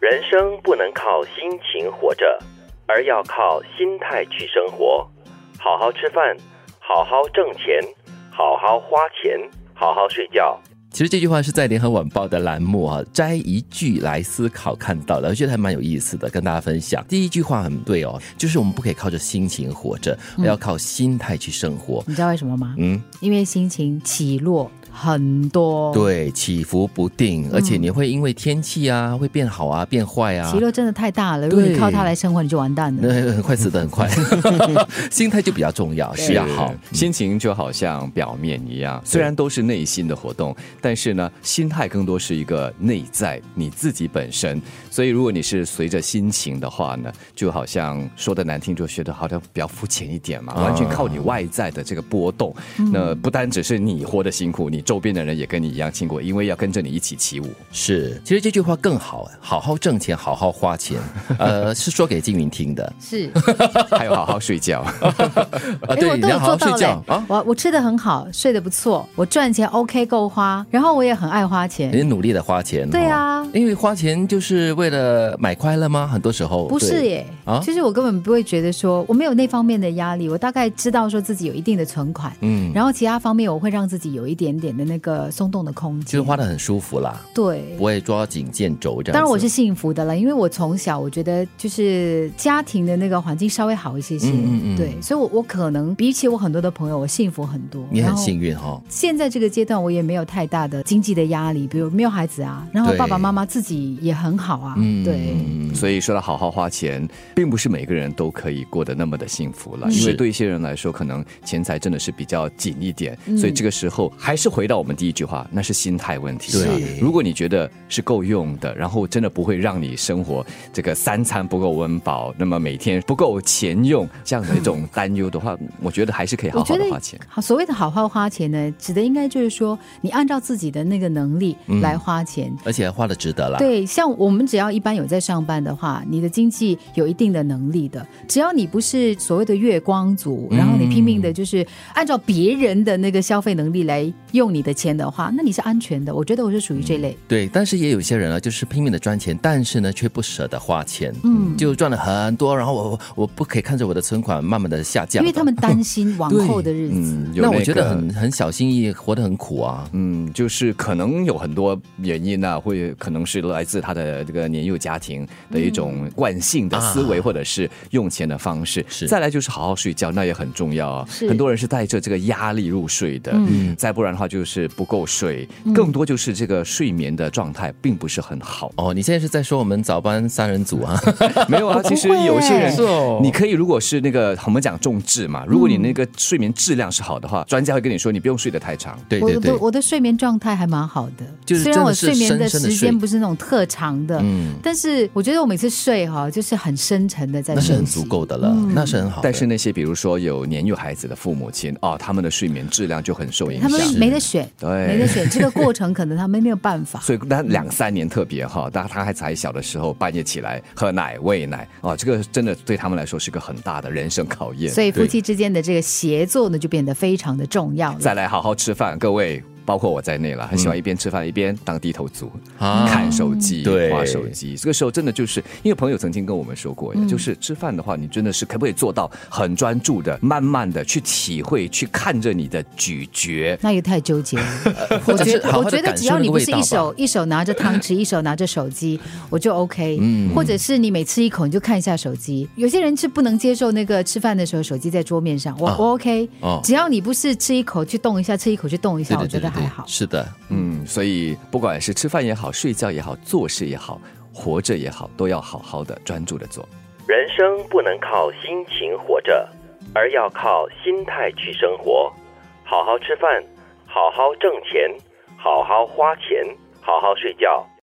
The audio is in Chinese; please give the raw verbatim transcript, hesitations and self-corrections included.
人生不能靠心情活着，而要靠心态去生活。好好吃饭，好好挣钱，好好花钱，好好睡觉。 其实这句话是在联合晚报的栏目啊，摘一句来思考看到的，我觉得还蛮有意思的，跟大家分享。第一句话很对哦，就是我们不可以靠着心情活着，嗯、要靠心态去生活。 你知道为什么吗？ 嗯， 因为心情起落很多， 对，起伏不定，而且你会因为天气啊会变好啊变坏啊， 起落真的太大了。如果你靠它来生活，你就完蛋了， 那很快死得很快。心态就比较重要，是要好。 心情就好像表面一样，虽然都是内心的活动，但是呢，心态更多是一个内在你自己本身。所以如果你是随着心情的话呢，就好像说的难听，就觉得好像比较肤浅一点嘛，啊、完全靠你外在的这个波动。嗯、那不单只是你活得辛苦，你周边的人也跟你一样辛苦，因为要跟着你一起起舞。 是，其实这句话更好，好好挣钱，好好花钱。呃，是说给静云听的。 是， 还有好好睡觉。 啊，对，我都有做到嘞。啊、我我吃得很好，睡得不错，我赚钱 OK 够花，然后我也很爱花钱， 你努力的花钱。 对啊， 因为花钱就是为了买快乐吗？很多时候不是耶。啊，其实我根本不会觉得说我没有那方面的压力，我大概知道说自己有一定的存款，嗯，然后其他方面我会让自己有一点点的那个松动的空间， 就是花得很舒服啦。 对， 不会抓紧箭轴这样子。 当然我是幸福的了，因为我从小我觉得就是家庭的那个环境稍微好一些些，嗯嗯嗯，对，所以我我可能比起我很多的朋友，我幸福很多。 你很幸运哦。 现在这个阶段我也没有太大的经济的压力，比如没有孩子啊，然后爸爸妈妈自己也很好啊，嗯、对。 所以说到好好花钱，并不是每个人都可以过得那么的幸福了，因为对一些人来说，可能钱财真的是比较紧一点，嗯、所以这个时候还是回到我们第一句话，那是心态问题。 对， 如果你觉得是够用的，然后真的不会让你生活这个三餐不够温饱，那么每天不够钱用这样的一种担忧的话，我觉得还是可以好好的花钱。 好，所谓的好好花钱呢，指的应该就是说，你按照自己的那个能力来花钱，嗯、 而且花的值得啦。 对，像我们只要一般有在上班的话，你的经济有一定的能力的，只要你不是所谓的月光族，然后你拼命的就是按照别人的那个消费能力来用你的钱的话，那你是安全的。我觉得我是属于这类。 嗯、对，但是也有一些人啊，就是拼命的赚钱，但是呢，却不舍得花钱，嗯，就赚了很多，然后我我不可以看着我的存款慢慢的下降， 因为他们担心往后的日子。嗯那, 那我觉得很很小心翼翼，活得很苦啊。 嗯，就是可能有很多原因啊，会可能是来自他的这个年幼家庭的一种惯性的思维，嗯、或者是用钱的方式。 是， 再来就是好好睡觉，那也很重要啊。很多人是带着这个压力入睡的，嗯，再不然的话就是不够睡，嗯、更多就是这个睡眠的状态并不是很好。 哦，你现在是在说我们早班三人组啊？ 没有啊，其实有些人，你可以如果是那个我们讲重质嘛，如果你那个睡眠质量是好的话，专家会跟你说你不用睡得太长。 对对对， 我的我的睡眠状态还蛮好的，就是虽然我睡眠的时间不是那种特长的，嗯，但是我觉得我每次睡哈，就是很深沉的在睡， 那是很足够的了，嗯、那是很好的。 但是那些比如说有年幼孩子的父母亲哦，他们的睡眠质量就很受影响， 他们没得选， 对， 没得选，这个过程可能他们没有办法。 所以那两三年特别哈，当他还才小的时候，半夜起来喝奶喂奶哦，这个真的对他们来说是个很大的人生考验。 所以夫妻之间的这个协作呢，就变得非常的重要了。 再来好好吃饭，各位。包括我在内了，很喜欢一边吃饭一边当低头族，嗯、看手机、滑手机。这个时候真的就是，因为朋友曾经跟我们说过，嗯、就是吃饭的话，你真的是可不可以做到很专注的、慢慢的去体会、去看着你的咀嚼？ 那也太纠结了。我觉得，我觉得只要你不是一手一手拿着汤匙，一手拿着手机，我就 OK。嗯、或者是你每吃一口你就看一下手机。有些人是不能接受那个吃饭的时候手机在桌面上，我、啊、我 OK、哦。只要你不是吃一口去动一下，吃一口去动一下， 对对对对， 我觉得。还好， 是的， 嗯，所以不管是吃饭也好，睡觉也好，做事也好，活着也好，都要好好的专注的做。 人生不能靠心情活着，而要靠心态去生活。好好吃饭，好好挣钱，好好花钱，好好睡觉。